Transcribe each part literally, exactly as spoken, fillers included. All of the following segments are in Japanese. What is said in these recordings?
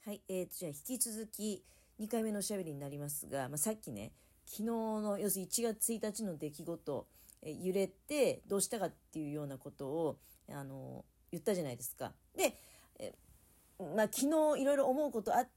はい、えーと、じゃあ引き続きにかいめのおしゃべりになりますが、まあ、さっきね、昨日の、要するにいちがつついたちの出来事、え揺れてどうしたかっていうようなことを、あの、言ったじゃないですか。で、えまあ、昨日いろいろ思うことあって、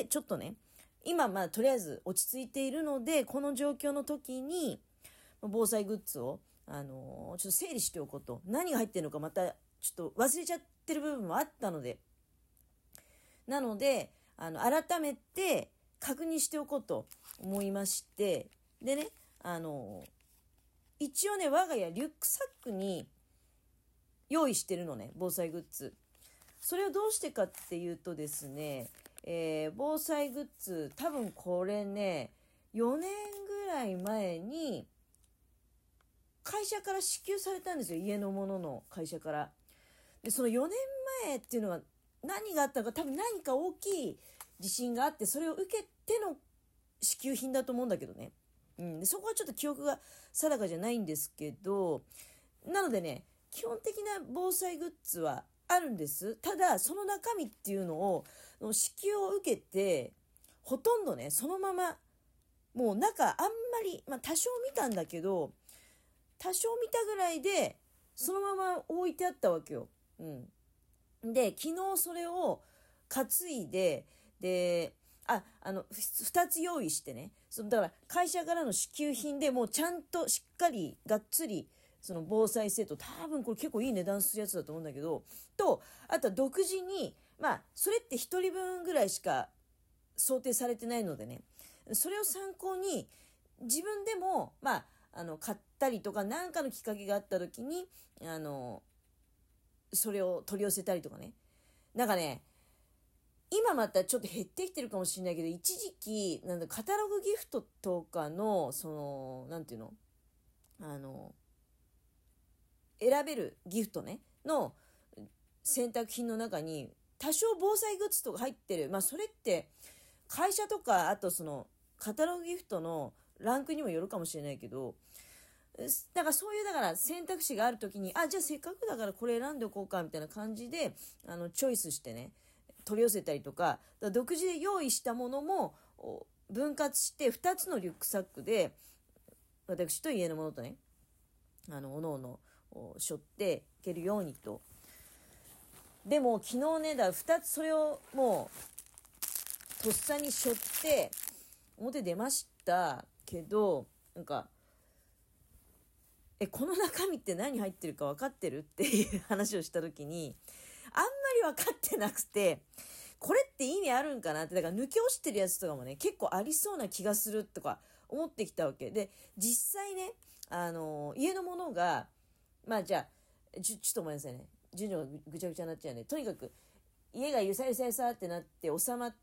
ちょっとね、今、まあ、とりあえず落ち着いているので、この状況の時に、防災グッズを、あのちょっと整理しておこうと。何が入ってるのかまた、ちょっと忘れちゃってる部分もあったので、なので、あの、改めて確認しておこうと思いまして、でね、あの、一応ね、我が家リュックサックに用意してるのね、防災グッズ。それをどうしてかっていうとですね、えー、防災グッズ、多分これね、よねんぐらい前に会社から支給されたんですよ、家のものの会社から。で、そのよねんまえっていうのは何があったのか、多分何か大きい地震があって、それを受けての支給品だと思うんだけどね。うん、でそこはちょっと記憶が定かじゃないんですけど、なのでね、基本的な防災グッズはあるんです。ただ、その中身っていうのを、支給を受けて、ほとんどね、そのまま、もう中あんまり、まあ多少見たんだけど、多少見たぐらいで、そのまま置いてあったわけよ。うん。で、昨日それを担いで、で、あ、あの、ふたつ用意してね。そのだから会社からの支給品でもうちゃんとしっかりがっつり、その防災セット、多分これ結構いい値段するやつだと思うんだけど、と、あとは独自に、まあ、それってひとりぶんぐらいしか想定されてないのでね、それを参考に、自分でも、まあ、あの、買ったりとか、何かのきっかけがあった時に、あの、それを取り寄せたりとかね。なんかね、今またちょっと減ってきてるかもしれないけど、一時期、なんだ、カタログギフトとかの、その、なんていうのあの、選べるギフトね、の選択品の中に、多少防災グッズとか入ってる。まあ、それって、会社とか、あとその、カタログギフトのランクにもよるかもしれないけど、だからそういうだから選択肢があるときに、あ、じゃあせっかくだからこれ選んでおこうかみたいな感じで、あの、チョイスしてね、取り寄せたりとか、だ独自で用意したものも分割してふたつのリュックサックで、私と家のものとね、あの、おのおの背負っていけるようにと。でも昨日ね、だふたつそれをもう、とっさに背負って表出ましたけど、なんか、え、この中身って何入ってるか分かってるっていう話をした時に、あんまり分かってなくて、これって意味あるんかなって、だから抜け落ちてるやつとかもね、結構ありそうな気がするとか思ってきたわけで、実際ね、あのー、家のものが、まあじゃあ、ちょ、ちょっとごめんなさいね。順序がぐちゃぐちゃになっちゃうんで、とにかく、家がゆさゆさゆさってなって収まって、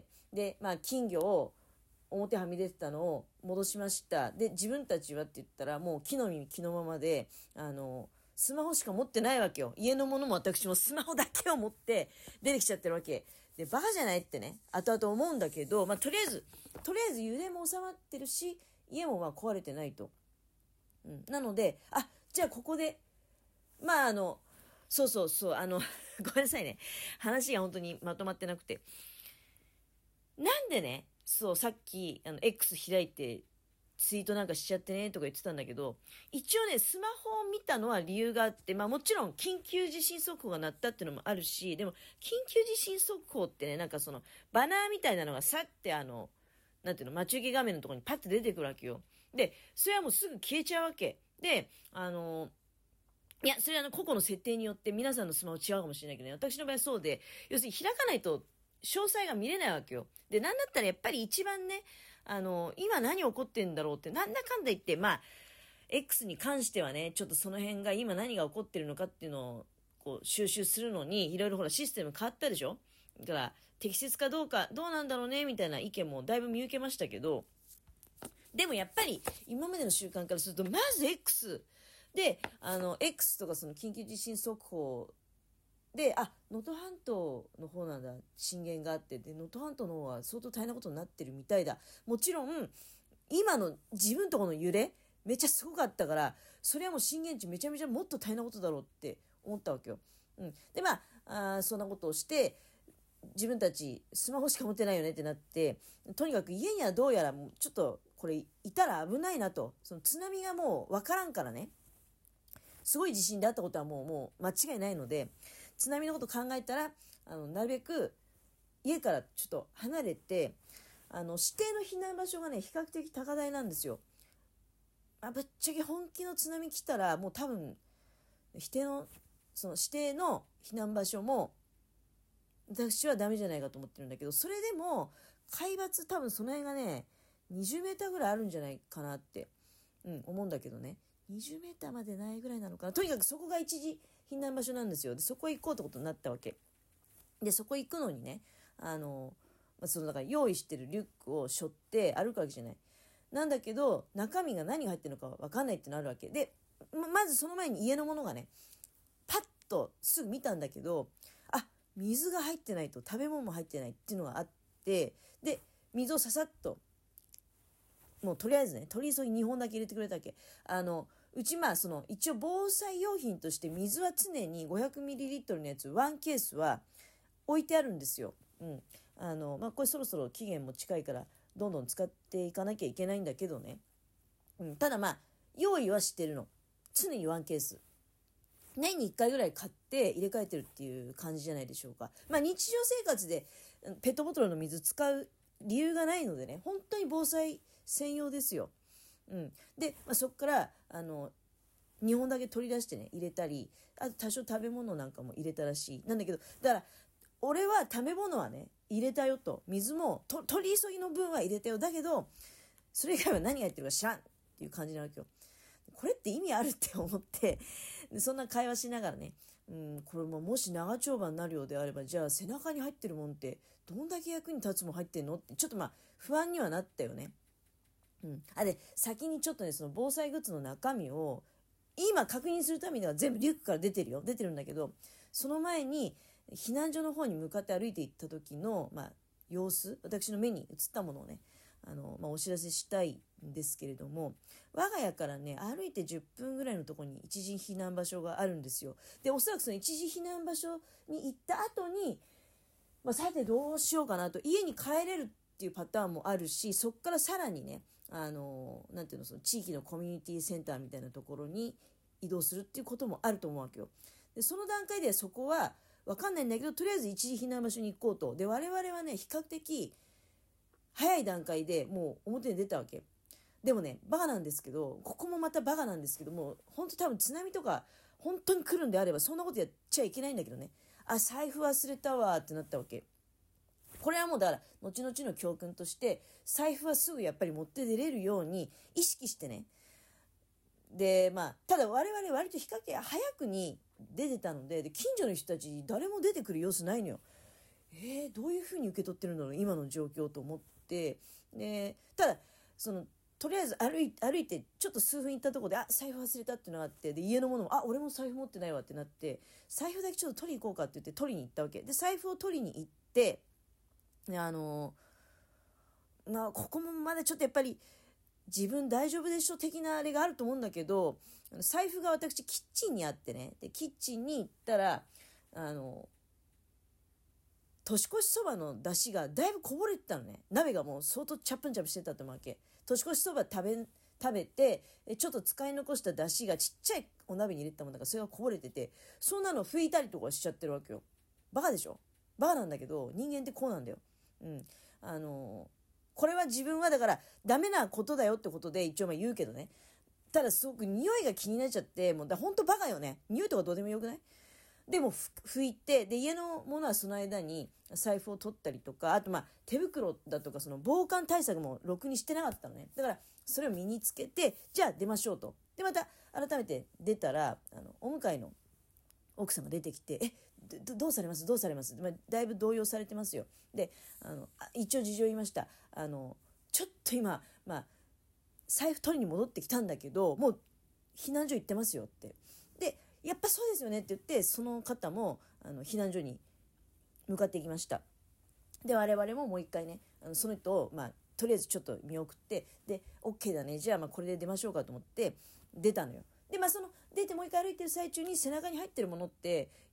で、まあ金魚を表はみ出てたのを戻しました。で、自分たちはって言ったら、もう木の実木のままで、あの、スマホしか持ってないわけよ。家のものも私もスマホだけを持って出てきちゃってるわけ。で、バカじゃないってね、後々思うんだけど、まあ、とりあえず、とりあえず揺れも収まってるし、家もまあ壊れてないと。うん。なので、あ、じゃあここで、まああの、そうそうそう、あの、ごめんなさいね。話が本当にまとまってなくて。なんでね、そう、さっき、あの、X 開いて、ツイートなんかしちゃってねとか言ってたんだけど、一応ね、スマホを見たのは理由があって、まあもちろん緊急地震速報が鳴ったっていうのもあるし、でも緊急地震速報ってね、なんかそのバナーみたいなのがさってあの、なんていうの、待ち受け画面のところにパッて出てくるわけよ。で、それはもうすぐ消えちゃうわけ。で、あの、いや、それはあの個々の設定によって皆さんのスマホ違うかもしれないけどね、私の場合そうで、要するに開かないと詳細が見れないわけよ。で、なんだったらやっぱり一番ね、あの、今何起こってんだろうって、なんだかんだ言って、まあ、X に関してはね、ちょっとその辺が今何が起こってるのかっていうのを、こう、収集するのに、いろいろほらシステム変わったでしょ。だから、適切かどうか、どうなんだろうね、みたいな意見もだいぶ見受けましたけど、でもやっぱり、今までの習慣からすると、まず X で、あの、X とかその緊急地震速報で、あ、能登半島の方なんだ、震源があって、で、能登半島の方は相当大変なことになってるみたいだ。もちろん、今の自分とこの揺れ、めっちゃすごかったから、それはもう震源地めちゃめちゃもっと大変なことだろうって思ったわけよ。うん。で、まあ、あそんなことをして、 自分たちスマホしか持ってないよねってなって、とにかく家にはどうやらもうちょっとこれいたら危ないなと、その津波がもう分からんからね、すごい地震であったことはもうもう間違いないので、津波のこと考えたらあのなるべく家からちょっと離れて、あの指定の避難場所がね比較的高台なんですよ。あ、ぶっちゃけ本気の津波来たらもう多分指定のその指定の避難場所も私はダメじゃないかと思ってるんだけど、それでも海抜多分その辺がねにじゅうメーターぐらいあるんじゃないかなって、うん、思うんだけどね、にじゅうメーターまでないぐらいなのかな。とにかくそこが一時避難場所なんですよ。でそこへ行こうってことになったわけで、そこ行くのにね、あの、まあ、そのだから用意してるリュックを背負って歩くわけじゃない。なんだけど中身が何が入ってるのか分かんないってのあるわけで、ままずその前に家のものがねパッとすぐ見たんだけど、あ、水が入ってないと食べ物も入ってないっていうのがあって、で水をささっともうとりあえずね取り急ぎにほんだけ入れてくれたわけ。あのうちまあその一応防災用品として水は常に ごひゃくミリリットル のやつワンケースは置いてあるんですよ。うん、あのまあこれそろそろ期限も近いからどんどん使っていかなきゃいけないんだけどね、うん、ただまあ用意はしてるの。常にワンケース年にいっかいぐらい買って入れ替えてるっていう感じじゃないでしょうか。まあ日常生活でペットボトルの水使う理由がないのでね、本当に防災専用ですよ。うん、で、まあ、そこからあのにほんだけ取り出してね入れたり、あと多少食べ物なんかも入れたらしいなんだけど、だから俺は食べ物はね入れたよと、水もと取り急ぎの分は入れたよ、だけどそれ以外は何が入ってるか知らんっていう感じなわけよ。これって意味あるって思ってでそんな会話しながらね、うん、これももし長丁場になるようであれば、じゃあ背中に入ってるもんってどんだけ役に立つもん入ってんのってちょっとまあ不安にはなったよね。うん、あで先にちょっとねその防災グッズの中身を今確認するためには全部リュックから出てるよ出てるんだけど、その前に避難所の方に向かって歩いていった時の、まあ、様子、私の目に映ったものをねあの、まあ、お知らせしたいんですけれども、我が家からね歩いてじゅっぷんぐらいのところに一時避難場所があるんですよ。でおそらくその一時避難場所に行った後に、まあ、さてどうしようかなと、家に帰れるっていうパターンもあるし、そこからさらにねあのなんていうのその地域のコミュニティセンターみたいなところに移動するっていうこともあると思うわけよ。でその段階でそこは分かんないんだけど、とりあえず一時避難場所に行こうと。で我々はね比較的早い段階でもう表に出たわけ。でもねバカなんですけど、ここもまたバカなんですけども、本当多分津波とか本当に来るんであればそんなことやっちゃいけないんだけどね、あ財布忘れたわってなったわけ。これはもうだから後々の教訓として財布はすぐやっぱり持って出れるように意識してね。でまあただ我々割と比較的早くに出てたの で, で近所の人たち誰も出てくる様子ないのよ。えー、どういうふうに受け取ってるんだろう今の状況と思って、でただそのとりあえず歩い歩いてちょっと数分行ったところであ財布忘れたっていうのがあって、で家のものもあ俺も財布持ってないわってなって、財布だけちょっと取りに行こうかって言って取りに行ったわけで、財布を取りに行って、であのまあここもまだちょっとやっぱり自分大丈夫でしょ的なあれがあると思うんだけど、財布が私キッチンにあってね、でキッチンに行ったらあの年越しそばの出汁がだいぶこぼれてたのね。鍋がもう相当チャップンチャップしてたってわけ。年越しそば食べ食べてちょっと使い残した出汁がちっちゃいお鍋に入れてたもんだから、それがこぼれてて、そんなの拭いたりとかしちゃってるわけよ。バカでしょ。バカなんだけど人間ってこうなんだよ。うんあのこれは自分はだからダメなことだよってことで一応まあ言うけどね、ただすごく匂いが気になっちゃって、もうだ本当バカよね。匂いとかどうでもよくない？でも拭いて、で家のものはその間に財布を取ったりとか、あとまあ手袋だとかその防寒対策もろくにしてなかったのね。だからそれを身につけて、じゃあ出ましょうと。でまた改めて出たらあのお迎えの奥さんが出てきて、えどどうされますどうされます、まあ、だいぶ動揺されてますよ。であのあ一応事情言いました。あのちょっと今、まあ、財布取りに戻ってきたんだけどもう避難所行ってますよって。でやっぱそうですよねって言って、その方もあの避難所に向かっていきました。で我々ももう一回ねあのその人を、まあ、とりあえずちょっと見送って、で OK だねじゃあまあこれで出ましょうかと思って出たのよ。でまあその出てもう一回歩いてる最中に背中に入ってるものって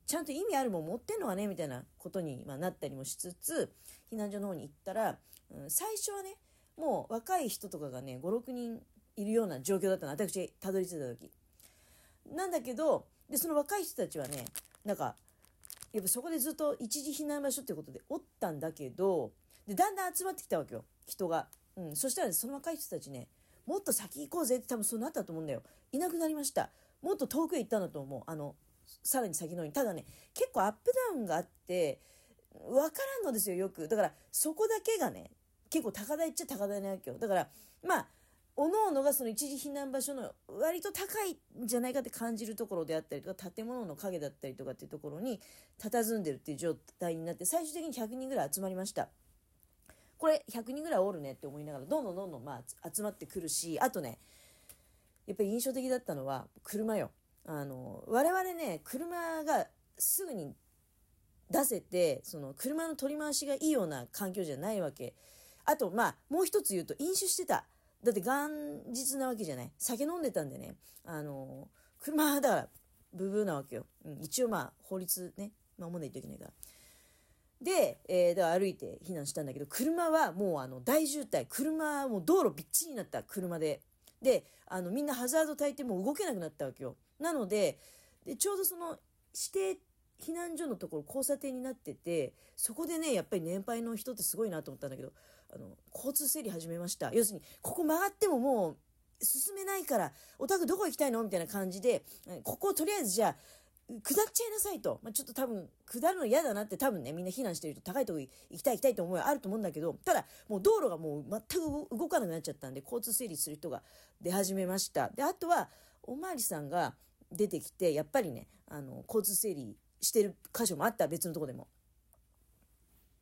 ちゃんと意味あるもん持ってんのはねみたいなことに、まあ、なったりもしつつ、避難所の方に行ったら、うん、最初はねもう若い人とかがねごろくにんいるような状況だったの、私たどり着いた時なんだけど、でその若い人たちはねなんかやっぱそこでずっと一時避難場所っていうことでおったんだけど、でだんだん集まってきたわけよ人が、うん、そしたら、ね、その若い人たちねもっと先行こうぜって多分そうなったと思うんだよ。いなくなりました。もっと遠くへ行ったんだと思う。あのさらに先のに。ただね結構アップダウンがあって分からんのですよよく。だからそこだけがね結構高台っちゃ高台なわけよ。だからまあおのおのがその一時避難場所の割と高いんじゃないかって感じるところであったりとか、建物の影だったりとかっていうところに佇んでるっていう状態になって、最終的にひゃくにんぐらい集まりました。これひゃくにんぐらいおるねって思いながらどんどんどんどんまあ集まってくるし、あとねやっぱり印象的だったのは車よ。あの我々ね車がすぐに出せて、その車の取り回しがいいような環境じゃないわけ。あとまあもう一つ言うと飲酒してた。だって元日なわけじゃない。酒飲んでたんでね、あの車だからブブーなわけよ、うん、一応まあ法律ね守んないといけないから。で、えー、だから歩いて避難したんだけど、車はもうあの大渋滞、車はもう道路びっちりになった車で、であのみんなハザード焚いてもう動けなくなったわけよ。なので、でちょうどその指定避難所のところ交差点になってて、そこでねやっぱり年配の人ってすごいなと思ったんだけど、あの交通整理始めました。要するにここ曲がってももう進めないからお宅どこ行きたいのみたいな感じで、ここをとりあえずじゃあ下っちゃいなさいと、まあ、ちょっと多分下るの嫌だなって多分ねみんな避難してると高いとこ行きたい行きたいと思いはあると思うんだけど、ただもう道路がもう全く動かなくなっちゃったんで交通整理する人が出始めました。であとはおまわりさんが出てきてやっぱりねあの交通整理してる箇所もあった、別のとこでも。